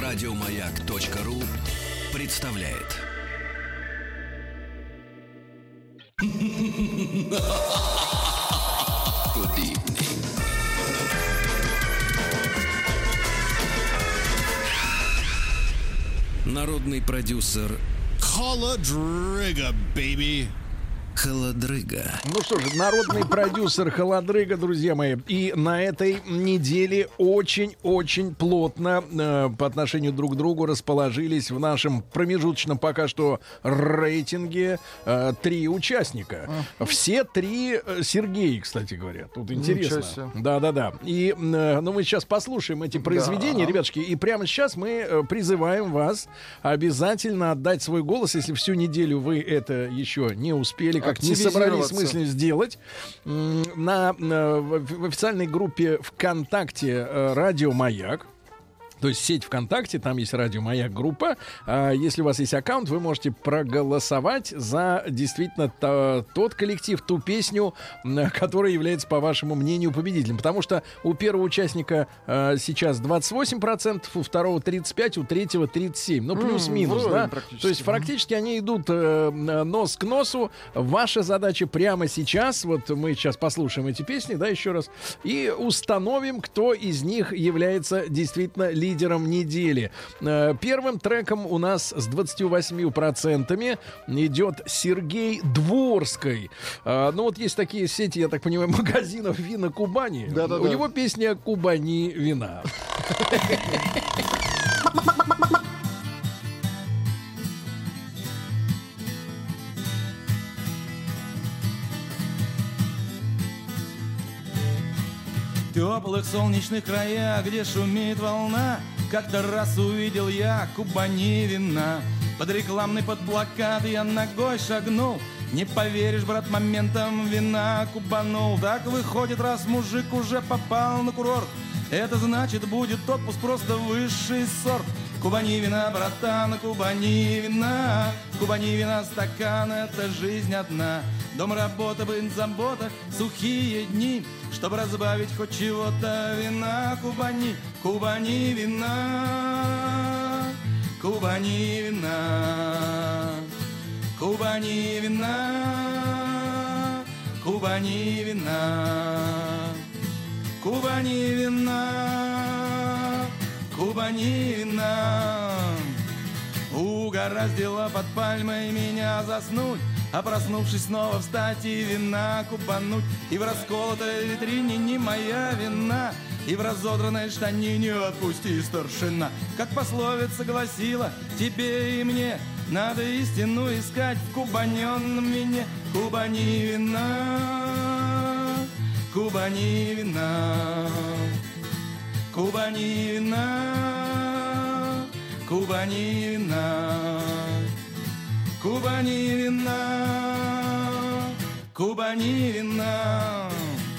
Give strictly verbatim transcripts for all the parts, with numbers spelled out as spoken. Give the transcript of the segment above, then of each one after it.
Радиомаяк.ру представляет. Народный продюсер Холодрыга, baby. Холодрыга. Ну что же, народный продюсер Холодрыга, друзья мои. И на этой неделе очень-очень плотно э, по отношению друг к другу расположились в нашем промежуточном пока что рейтинге э, три участника. А. Все три э, Сергеи, кстати говоря. Тут интересно. Да-да-да. И э, ну, мы сейчас послушаем эти произведения, да. Ребятушки. И прямо сейчас мы э, призываем вас обязательно отдать свой голос, если всю неделю вы это еще не успели, как не собрались с мыслью сделать, на, на, в официальной группе ВКонтакте «Радио Маяк». То есть сеть ВКонтакте, там есть «Радио Маяк» группа. А если у вас есть аккаунт, вы можете проголосовать за действительно то, тот коллектив, ту песню, которая является, по вашему мнению, победителем. Потому что у первого участника а, сейчас двадцать восемь процентов, у второго тридцать пять процентов, у третьего тридцать семь процентов. Ну, плюс-минус, mm, да? То есть фактически они идут э, нос к носу. Ваша задача прямо сейчас, вот мы сейчас послушаем эти песни, да, еще раз, и установим, кто из них является действительно лидером. лидером недели. Первым треком у нас с двадцатью восьмью процентами идет Сергей Дворской. Ну вот есть такие сети, я так понимаю, магазинов вина Кубани. Да-да-да. У него песня «Кубани вина». В теплых солнечных краях, где шумит волна, как-то раз увидел я Кубани вина. Под рекламный, под плакат я ногой шагнул. Не поверишь, брат, моментом вина кубанул. Так выходит, раз мужик уже попал на курорт, это значит, будет отпуск просто высший сорт. Кубани вина, братан, Кубани вина. Кубани вина, стакан, это жизнь одна. Дом, работа, быт, забота, сухие дни, чтобы разбавить хоть чего-то вина. Кубани, Кубани вина. Кубани вина. Кубани вина. Кубани вина. Кубани вина. Кубани вина. Угораздило под пальмой меня заснуть, а проснувшись снова встать и вина кубануть. И в расколотой витрине не моя вина, и в разодранной штанине отпусти, старшина. Как пословица гласила, тебе и мне надо истину искать в кубаненном вине. Кубани вина. Кубани вина. Кубани вина. Кубани вина. Кубани вина. Кубани вина.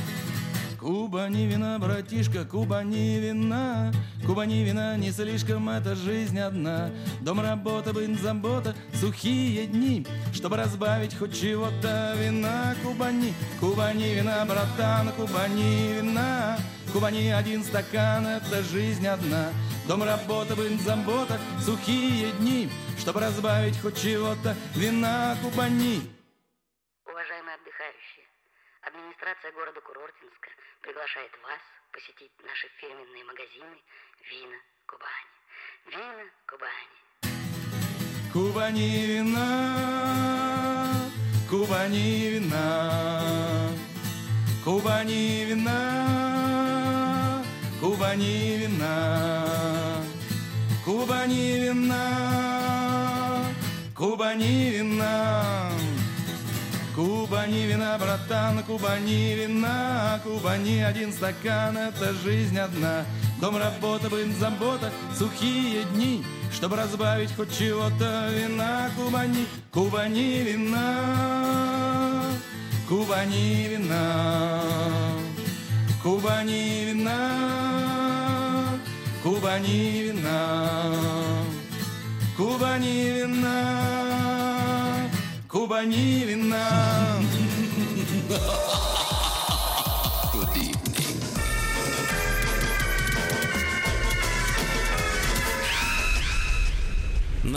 Кубани вина, братишка, Кубани вина. Кубани вина не слишком, это жизнь одна. Дом, работа, быт, забота, сухие дни, чтобы разбавить хоть чего-то вина. Кубани, Кубани вина, братан, Кубани вина. Кубани один стакан, это жизнь одна. Дом, работа, быт, забота, сухие дни, чтобы разбавить хоть чего-то вина. Кубани. Уважаемые отдыхающие, администрация города Курортинска приглашает вас посетить наши фирменные магазины «Вина Кубани». Вина Кубани. Кубани вина. Кубани вина. Кубани вина. Кубани вина. Кубани вина. Кубани вина. Кубани вина, братан, Кубани вина. Кубани один стакан, это жизнь одна. Дом, работа, быт, забота, сухие дни, чтобы разбавить хоть чего-то вина. Кубани, Кубани вина. Кубани вина. Кубани вина. Кубани вина. Кубани вина. Кубани вина.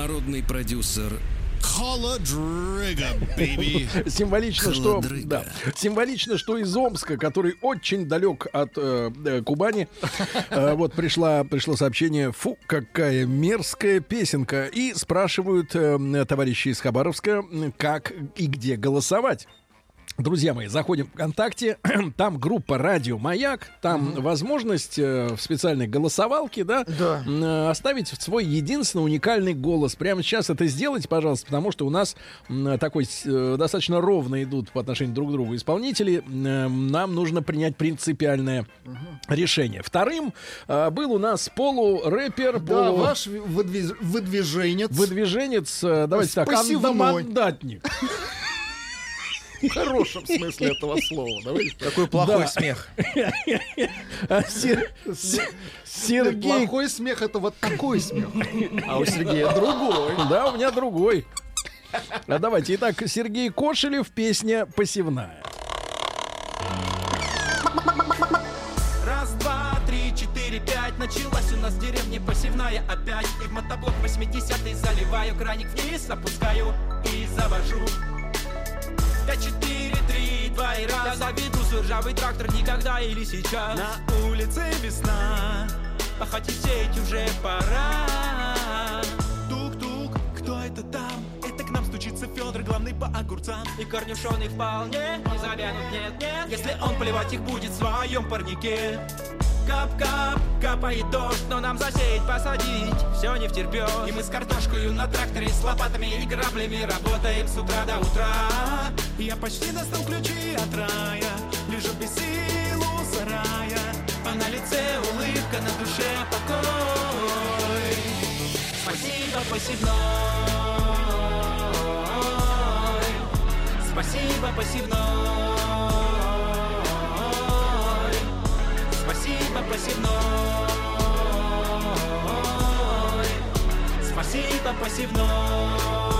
Народный продюсер Холодрыга, baby. Символично, что, Холодрыга. да, символично, что из Омска, который очень далек от э, э, Кубани, э, вот пришла, пришло сообщение: фу, какая мерзкая песенка. И спрашивают э, товарищи из Хабаровска, как и где голосовать. Друзья мои, заходим в ВКонтакте, там группа «Радио Маяк», там mm-hmm. возможность э, в специальной голосовалке, да, Да. э, оставить свой единственный уникальный голос. Прямо сейчас это сделайте, пожалуйста, потому что у нас э, такой э, достаточно ровно идут по отношению друг к другу исполнители. Э, нам нужно принять принципиальное mm-hmm. решение. Вторым э, был у нас полурэпер, Да, полу... ваш выдвиж... выдвиженец. выдвиженец, э, давайте так, Посевной. андомандатник. В хорошем смысле этого слова. Давайте. Какой плохой Да. смех. А Сер- С- Сергей... Плохой смех — это вот такой смех. А у Сергея другой. Да, у меня другой. А давайте. Итак, Сергей Кошелев, песня «Посевная». Раз, два, три, четыре, пять. Началась у нас в деревне посевная опять. И в мотоблок восьмидесятый заливаю. Краник вниз опускаю и завожу. Пять, четыре, три, два и раз. Я заведу свой ржавый трактор никогда или сейчас. На улице весна, пахать и сеять уже пора. Тук-тук, кто это там? Это к нам стучится Федор, главный по огурцам. И корнюшоны вполне не завянут, нет, нет. Если он поливать их будет в своем парнике. Кап-кап, капает дождь, но нам засеять, посадить все не втерпет. И мы с картошкою на тракторе, с лопатами и граблями работаем с утра до утра. Я почти достал ключи от рая, лежу без сил у сарая, а на лице улыбка, на душе покой. Спасибо, посевной. Спасибо, посевной. Спасибо, посевной. Спасибо, посевной.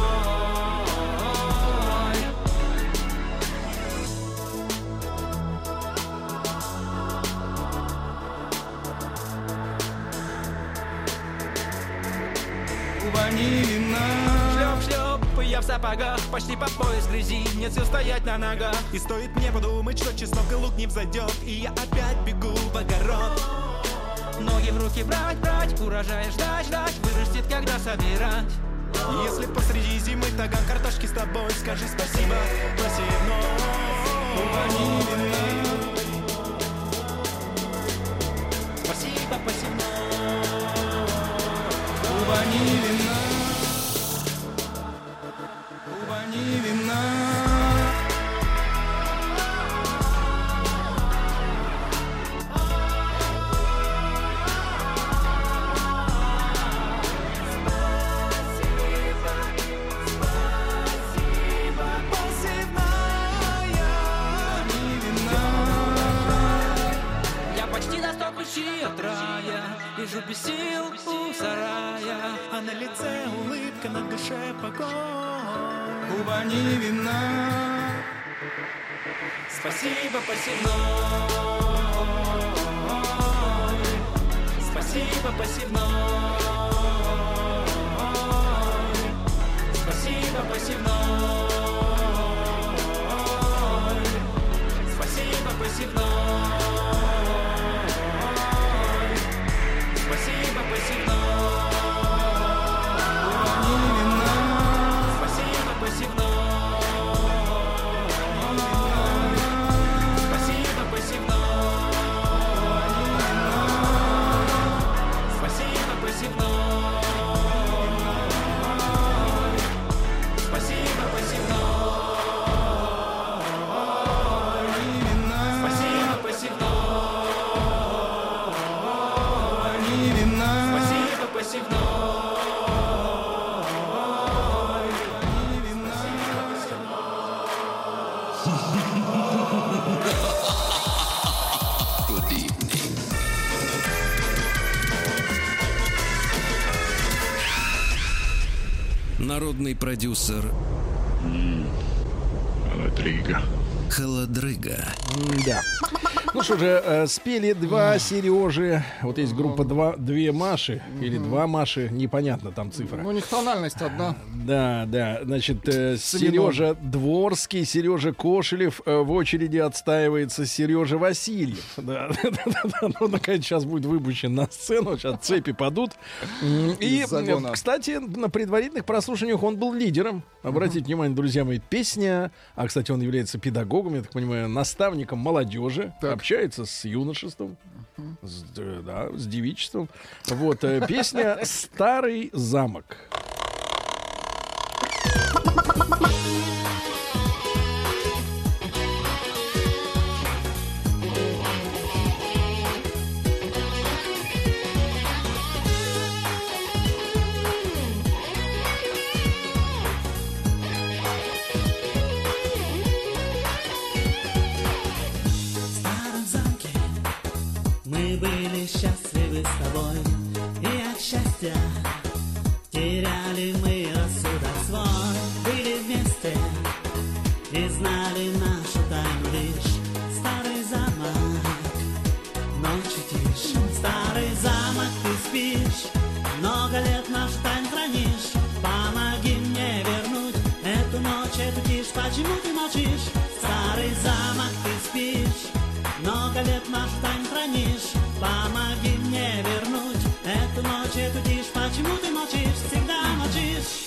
Кубани вина. Шлеп-шлеп, я в сапогах, почти по пояс грязи, нет сил стоять на ногах. И стоит мне подумать, что чеснок и лук не взойдет, и я опять бегу в огород. Ноги в руки брать, брать, урожая ждать, ждать, вырастет, когда собирать. Если посреди зимы таган картошки с тобой, скажи спасибо, посевной. Кубани вина. Спасибо, посевной. Кубани вина. Кубани вина. От рая, лежу без сил у сарая, а на лице улыбка, на душе покой. Кубани вина. Спасибо, посевной. Спасибо, посевной. Спасибо, посевной. Спасибо, посевной. Спасибо, посевной. Спасибо, посевной. Спасибо, посевной. Спасибо, посевной. Спасибо, посевной. Народный продюсер Холодрыга. Холодрыга. Да. Ну что же, э, спели два Сережи. Вот есть группа два, две Маши или два Маши, непонятно там цифра. Ну, у них тональность одна. Да, да. Значит, э, Сережа Дворский, Сережа Кошелев. Э, в очереди отстаивается Сережа Васильев. Да, да, да, да. Ну, наконец, сейчас будет выпущен на сцену. Сейчас цепи падут. И, э, кстати, на предварительных прослушиваниях он был лидером. Обратите внимание, друзья мои, песня. А, кстати, он является педагогом, я так понимаю, наставником молодежи. Так. Общается с юношеством. С, да, с девичеством. Вот, э, песня «Старый замок». Мы были счастливы с тобой, и от счастья теряли мы рассудок свой. Были вместе и знали нашу тайну лишь. Старый замок, ночью тишь. Старый замок, ты спишь, много лет нашу тайну хранишь. Помоги мне вернуть эту ночь, эту тишь. Почему ты молчишь? Старый замок, ты спишь, много лет нашу тайну хранишь. Помоги мне вернуть эту ночь, эту тишь. Почему ты молчишь, всегда молчишь?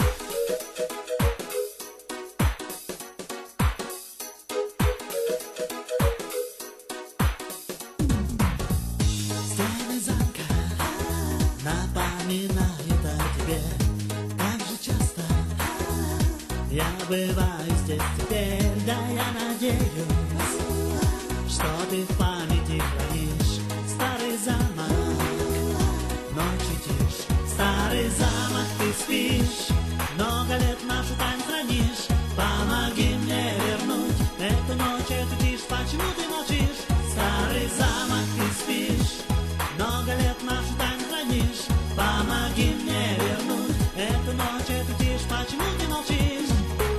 Стены замка напоминают о тебе так же часто. Я бываю здесь теперь, да я надеюсь, что ты в памяти хранишь. Старый замок, ночью тишь. Старый замок, ты спишь, много лет нашу тайну хранишь. Помоги мне вернуть эту ночь, эту тишь. Почему ты молчишь? Старый замок, ты спишь, много лет нашу тайну хранишь. Помоги мне вернуть эту ночь, эту тишь. Почему ты молчишь?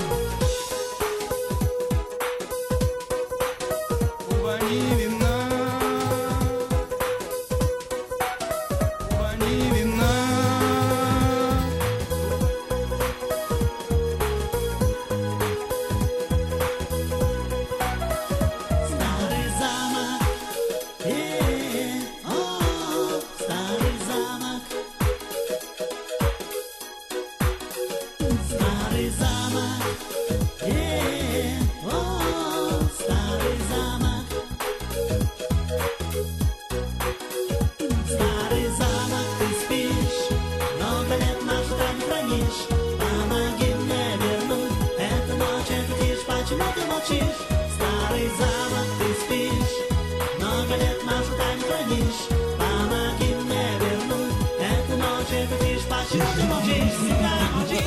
Куба не вина, Куба не вина. Старый замок, э, о, старый замок. Старый замок, э, о, старый замок. Старый замок, ты спишь, много лет нашу тайну хранишь. Помоги мне вернуть эту ночь, эту тишь. Почему ты молчишь? Старый замок, ты спишь, много лет нашу тайну хранишь. Помоги мне вернуть эту ночь, эту тишь. Почему ты молчишь? Всегда молчишь.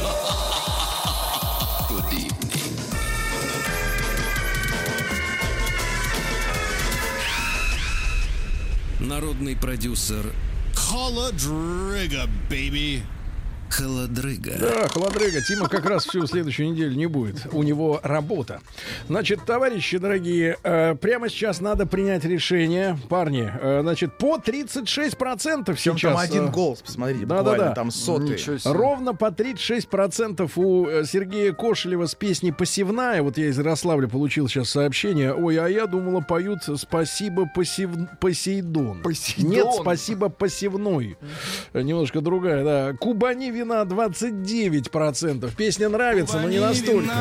Народный продюсер Холодрыга, baby. Холодрыга. Да, холодрыга. Тима как раз всю следующую неделю не будет. У него работа. Значит, товарищи дорогие, э, прямо сейчас надо принять решение. Парни, э, значит, по тридцать шесть процентов Причем сейчас. там один э, голос, посмотрите, да, буквально да, да. там сотый. Ничего себе. Ровно по тридцать шесть процентов у э, Сергея Кошелева с песней «Посевная». Вот я из Ярославля получил сейчас сообщение. Ой, а я думала, поют «Спасибо, посев... Посейдон». Посейдон. Нет, «Спасибо, посевной». Э, Немножко другая, да. «Кубани вина» двадцать девять процентов. Песня нравится, но не настолько.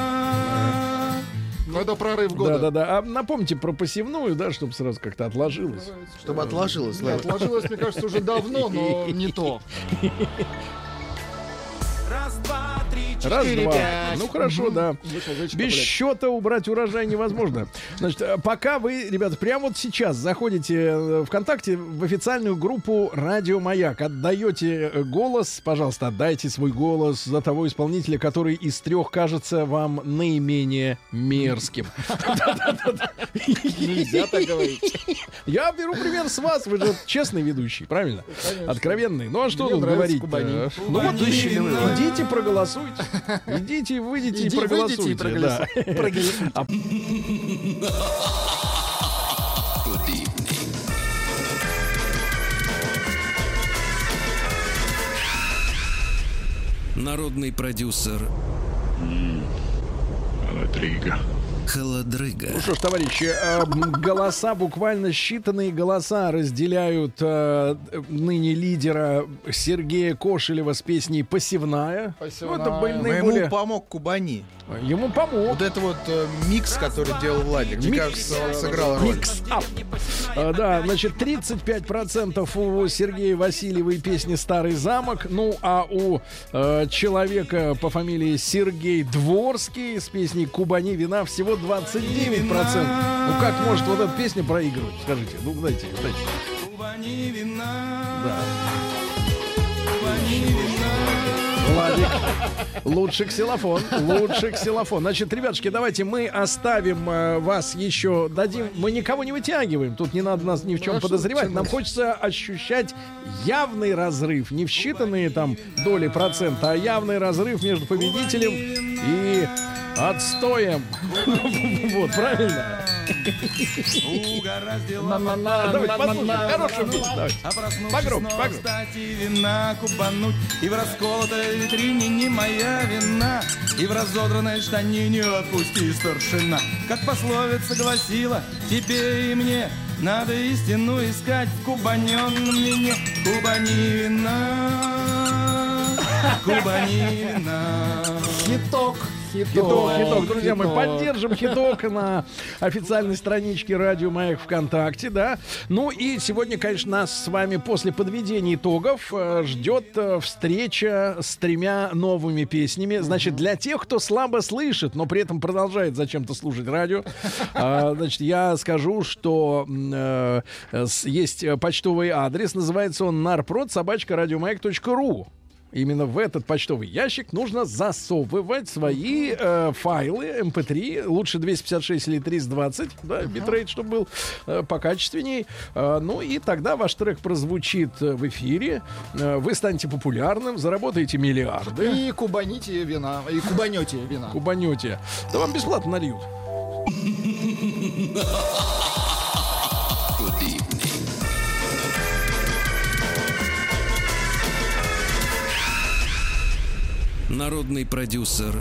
Ну, это прорыв года. Да-да-да. А напомните про посевную, да, чтобы сразу как-то отложилось. Чтобы отложилось. Не отложилось, мне кажется, уже давно, но не то. Раз, два, три, четыре, Раз, два. пять. Ну хорошо, да. Вышел зайчик Без погулять. счета убрать урожай невозможно. Значит, э, пока вы, ребята, прямо вот сейчас заходите э, ВКонтакте в официальную группу «Радио Маяк», отдаете э, голос, пожалуйста, отдайте свой голос за того исполнителя, который из трех кажется вам наименее мерзким. Нельзя так говорить. Я беру пример с вас, вы же честный ведущий, правильно? Откровенный. Ну а что Мне тут нравится говорить? Кубани. Ну вот Кубани. идите проголосуйте. Идите, выйдите и Иди, проголосуйте. выйдите и да. проголосуйте. А Народный продюсер Холодрыга. Холодрыга. Ну что ж, товарищи, э, голоса, буквально считанные голоса разделяют э, ныне лидера Сергея Кошелева с песней «Посевная». Посевная. Ну, это были Но наиболее... ему помог Кубани. Ему помог. Вот это вот э, микс, который делал Владик. Мне Микс. кажется, он сыграл роль. Микс-ап. А, да, значит, тридцать пять процентов у Сергея Васильевой песни «Старый замок». Ну, а у э, человека по фамилии Сергей Дворский с песней «Кубани вина» всего двадцать девять процентов. Ну, как может вот эта песня проигрывать? Скажите, ну, дайте, дайте. Кубани вина. Да. Кубани вина. Владик, лучше ксилофон, лучше ксилофон. Значит, ребятушки, давайте мы оставим э, вас еще, дадим, мы никого не вытягиваем, тут не надо нас ни в чем Хорошо, подозревать, чем нам нас? хочется ощущать явный разрыв, не в считанные там доли процента, а явный разрыв между победителем и отстоем. Вот, правильно? Угораздило Давайте послушаем, хорошую песню, давайте. А проснувшись Погромче, снова, погромче. кстати, вина кубануть. И в расколотой витрине не моя вина. И в разодранной штанине отпусти старшина. Как пословица гласила, тебе и мне надо истину искать в кубаненном вине. Кубани вина, Кубани вина. Хиток. Хиток, хиток, друзья, мы поддержим хиток на официальной страничке Радио Маяк ВКонтакте, да. Ну и сегодня, конечно, нас с вами после подведения итогов э, ждет э, встреча с тремя новыми песнями. Значит, для тех, кто слабо слышит, но при этом продолжает зачем-то слушать радио, э, значит, я скажу, что э, э, с- есть почтовый адрес, называется он нарпрод собака радиомаяк точка ру. Именно в этот почтовый ящик нужно засовывать свои э, файлы эм пэ три, лучше двести пятьдесят шесть или триста двадцать, да, битрейт, чтобы был э, покачественней. Э, ну и тогда ваш трек прозвучит э, в эфире, э, вы станете популярным, заработаете миллиарды, И кубаните вина. И кубанете вина. кубанете. Да вам бесплатно нальют. Народный продюсер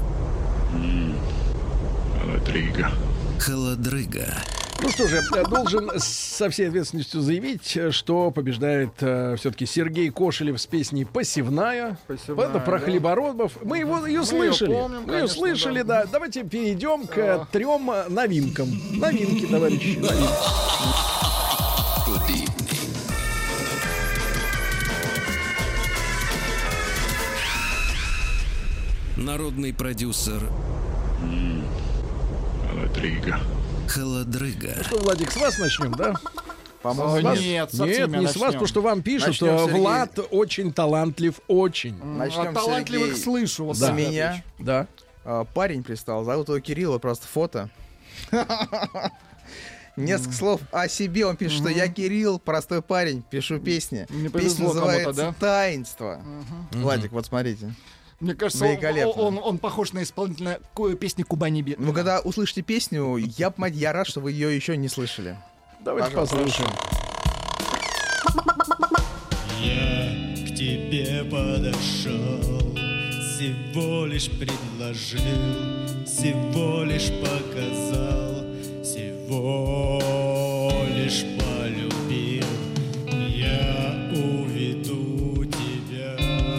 Холодрыга. Холодрыга. Ну что же, я должен со всей ответственностью заявить, что побеждает э, все-таки Сергей Кошелев с песней «Посевная». «Посевная», Это про да. хлеборобов. Мы его ее слышали. помним, Мы ее конечно, слышали, да. да. Давайте перейдем к трем новинкам. Новинки, товарищи. Новинки. Народный продюсер Холодрыга. Холодрыга. Что, Владик, с вас начнем, да? По-моему, С вас? нет. Нет, с Нет, Артемия не с вас, начнем. потому что вам пишут, Начнем, что Сергей. Влад очень талантлив, очень. Начнем, От талантливых Сергей, слышу. Вот с так. меня. Да. А, парень пристал, зовут его Кирилл, вот просто фото. Несколько слов о себе. Он пишет, что я Кирилл, простой парень, пишу песни. Не Песня повезло кому-то, называется да? «Таинство». Владик, вот смотрите. Мне кажется, он, Великолепно. он, он похож на исполнителя ку- песни Кубани Би- Вы когда услышите песню, я, б, мать, я рад, что вы ее еще не слышали. Давайте Пожалуйста. послушаем. Я к тебе подошел, всего лишь предложил, всего лишь показал, всего лишь полюбил. Я уведу тебя.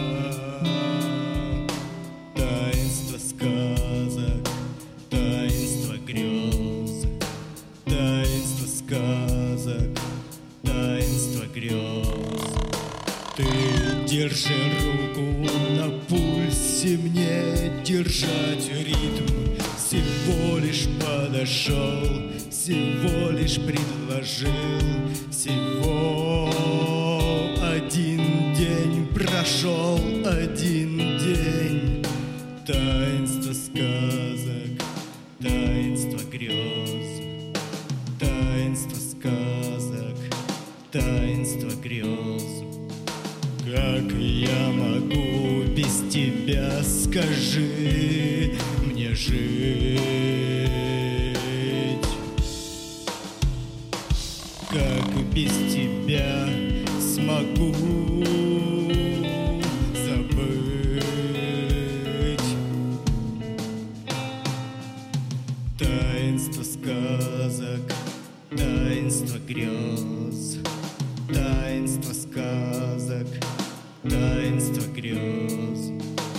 Таинство сказок, таинство грез, таинство сказок, таинство грез. Ты держи руку на пульсе, мне держать ритм. Всего лишь подошел, всего лишь предложил. Всего один день прошел, один день. Таинство сказок, таинство грез, таинство сказок, таинство грез. Как я могу без тебя, скажи мне, жить? Как без тебя смогу забыть? грез, таинство сказок, таинство грез.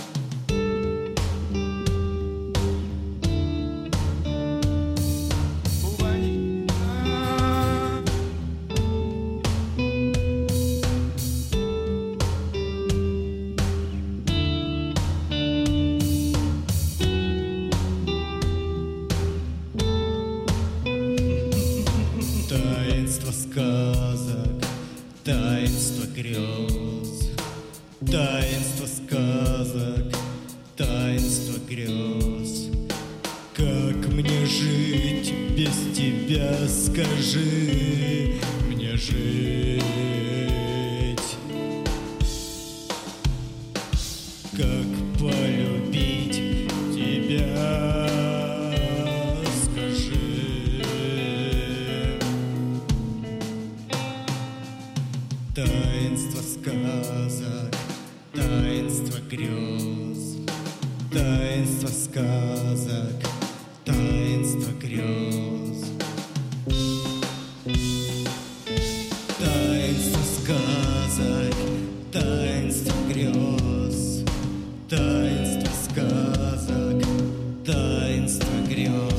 Таинство сказок, таинство грез, таинство сказок, таинство грез. Как мне жить без тебя, скажи мне жить? Как полюбить тебя, скажи? Таинство сказок, таинство грез, таинство сказок, таинство грез. Таинство сказок, таинство грез, таинство сказок, таинство грез.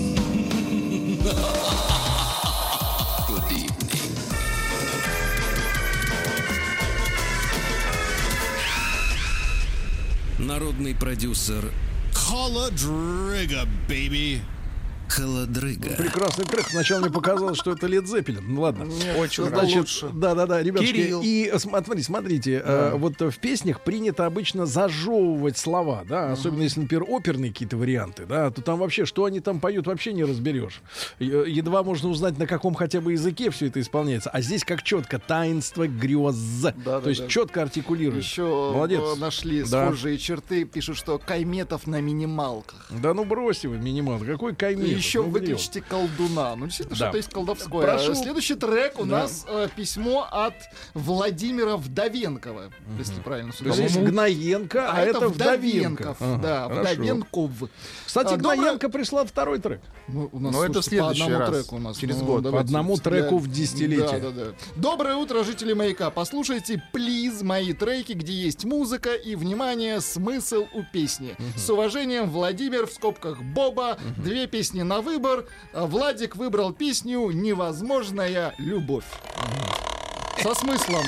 Народный продюсер Холодрыга, baby. Холодрыга. Прекрасный трек. Сначала мне показалось, что это Led Zeppelin. Ну ладно. Очень Значит, да-да-да, ребятушки. Кирилл. И смотри, смотрите, э, вот в песнях принято обычно зажевывать слова, да, особенно если, например, оперные какие-то варианты, да, то там вообще, что они там поют, вообще не разберешь. Е- Едва можно узнать, на каком хотя бы языке все это исполняется. А здесь как четко таинство грез. Да, То есть да. четко артикулирует. Еще Молодец. э, нашли Да. схожие черты. Пишут, что Кайметов на минималках. Да ну бросьте вы, минимал. Какой каймет? Еще выключите колдуна. Ну, действительно, Да. что-то есть колдовское. Прошу. Следующий трек у Да. нас э, письмо от Владимира Вдовенкова. Если правильно То есть здесь судить. Гноенко, а, А это Вдовенков. Вдовенков. Ага, Да, хорошо. Вдовенков. Кстати, А, доброе- Гноенко пришла второй трек. Ну, у нас, Но это в слушайте, по следующий одному раз, треку у нас. через Ну, год. По давайте. одному треку в десятилетие. Да, да, да. Доброе утро, жители Маяка. Послушайте, плиз, мои треки, где есть музыка и, внимание, смысл у песни. С уважением, Владимир, в скобках Боба. Две песни на выбор. А Владик выбрал песню «Невозможная любовь». Со смыслом.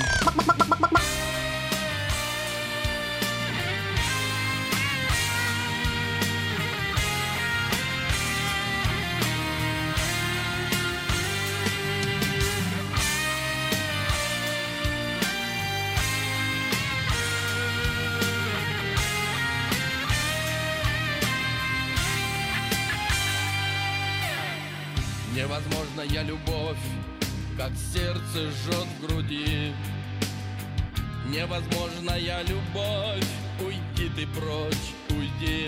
Невозможная любовь, как сердце жжет в груди. Невозможная любовь, уйди ты прочь, уйди.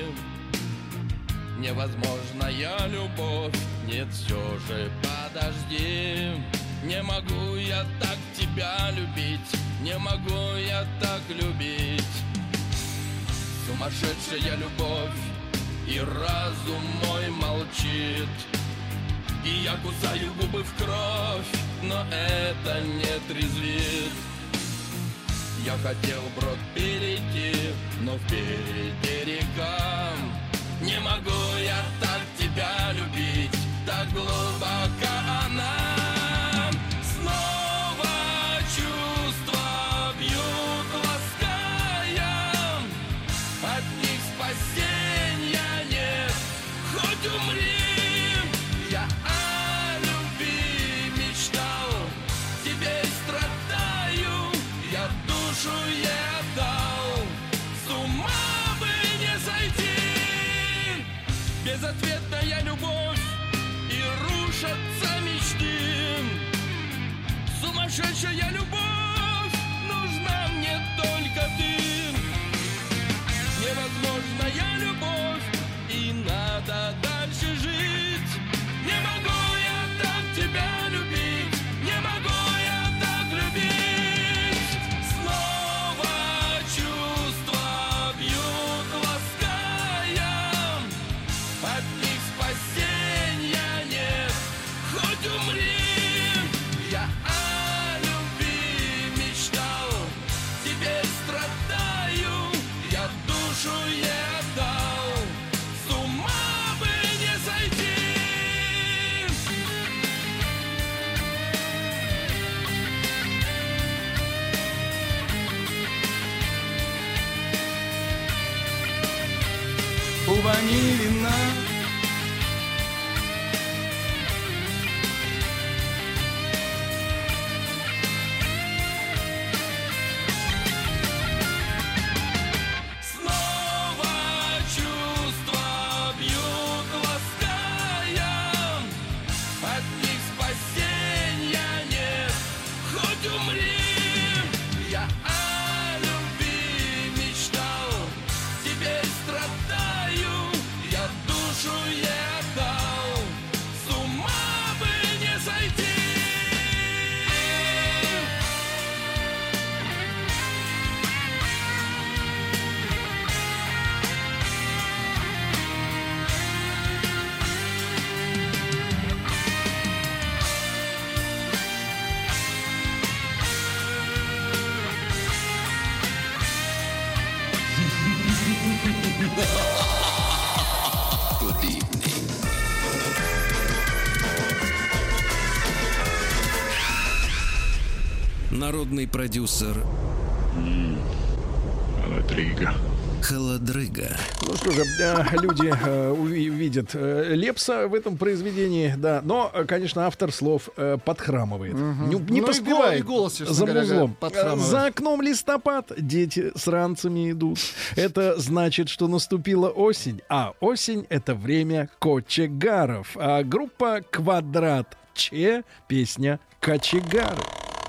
Невозможная любовь, нет, все же подожди. Не могу я так тебя любить, не могу я так любить. Сумасшедшая любовь, и разум мой молчит. И я кусаю губы в кровь, но это не трезвит. Я хотел брод перейти, но впереди река. Не могу я так тебя любить, так глубоко она. Снова чувства бьют, лаская. От них спасения нет, хоть умри. Я о любви мечтал, теперь страдаю. Я душу ей отдал, с ума бы не сойти. Безответная любовь, и рушатся мечты. Сумасшедшая любовь, нужна мне только ты. Невозможная любовь, и надо дальше жить. Не могу я так тебя любить, не могу я так любить. Снова чувства бьют, лаская. От них спасения нет, хоть умри. Кубани вина. Народный продюсер Холодрыга. Холодрыга. Ну что же, э, люди э, уви- видят э, Лепса в этом произведении, да, но, э, конечно, автор слов э, подхрамывает. Не, не Ну и поспевает гол- и голос, честно за говоря, музлом. подхрамывает. За окном листопад, дети с ранцами идут. Это значит, что наступила осень, а осень — это время кочегаров. А группа «Квадрат Че», песня «Кочегары».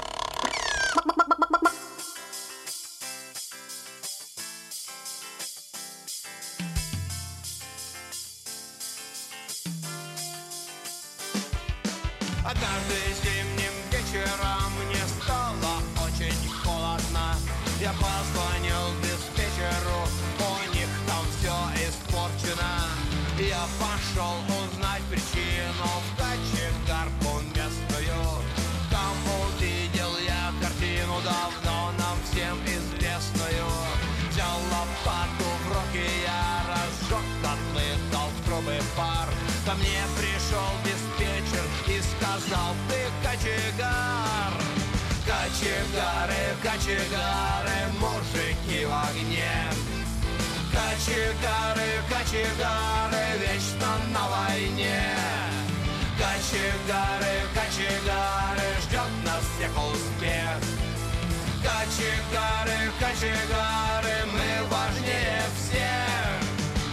Однажды зимним вечером мне стало очень холодно. Я позвонил диспетчеру, у них там все испорчено. Я пошел узнать причину в кочегарку местную. Там увидел я картину, давно нам всем известную. Взял лопату в руки, я разжег котлы, дал в трубы пар. Ко мне пришел диспетчер и сказал: ты кочегар. Кочегары, кочегары, мужики в огне. Кочегары, кочегары, вечно на войне. Кочегары, кочегары, ждет нас всех успех. Кочегары, кочегары, мы важнее всех.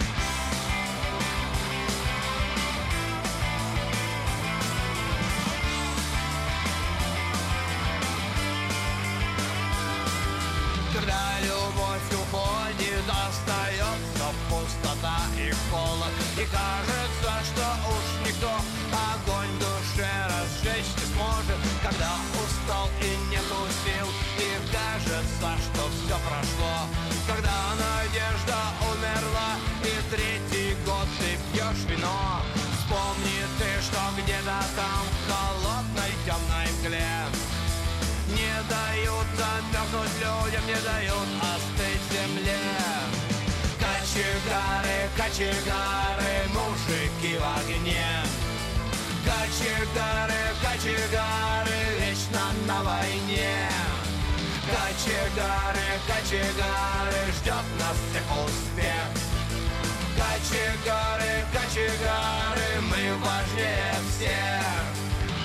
Когда любовь уходит, остается пустота и холод. И кажется, что уж никто огонь в душе разжечь не сможет. Когда устал и нету сил, и кажется, что все прошло. Когда надежда умерла, и третий год ты пьешь вино. Вспомни ты, что где-то там в холодной темной мгле не дают замерзнуть людям, не дают остыть земле. Кочегары, кочегары, мужики в огне. Кочегары, кочегары, вечно на войне. Кочегары, кочегары, ждет нас всех успех. Кочегары, кочегары, мы важнее всех.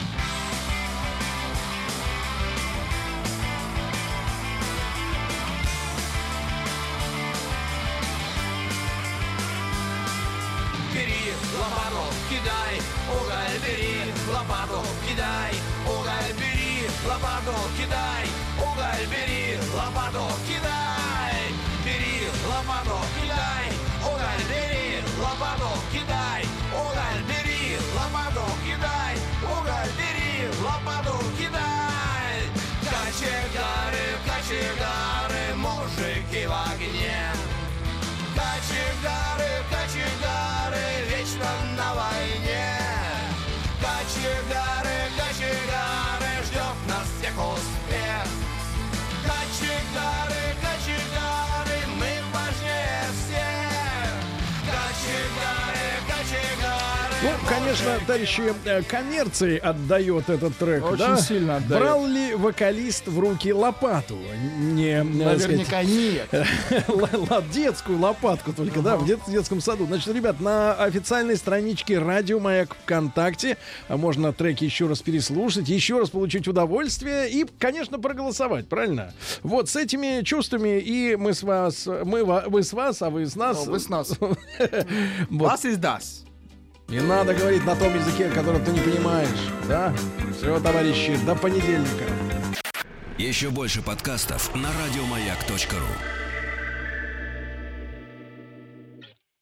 Бери лопату, кидай, уголь бери, лопату, кидай, уголь бери, лопату, кидай, уголь бери, лопату, кидай, бери лопату, кидай, уголь бери, лопату, кидай, уголь бери, лопату, кидай, уголь бери, лопату, кидай. Кочегары, кочегары, мужики в огне. Кочегары, кочегары, вечно на войне. Кочегары, кочегары, ждет нас всех успех. Кочегары, кочегары, мы важнее всех. Кочегары, кочегары. Ну, конечно, конечно, товарищи, э, коммерции отдает этот трек. Очень да? сильно отдает. Брал ли вокалист в руки лопату? Не, Наверняка нет. Детскую лопатку только, да, в дет- детском саду. Значит, ребят, на официальной страничке Радио Маяк ВКонтакте можно треки еще раз переслушать, еще раз получить удовольствие и, конечно, проголосовать, правильно? Вот с этими чувствами и мы с вас, мы, ва- вы с вас, а вы с нас. Вы с нас. Вас из das. Не надо говорить на том языке, который ты не понимаешь, да? Все, товарищи, до понедельника. Еще больше подкастов на радиомаяк точка ру.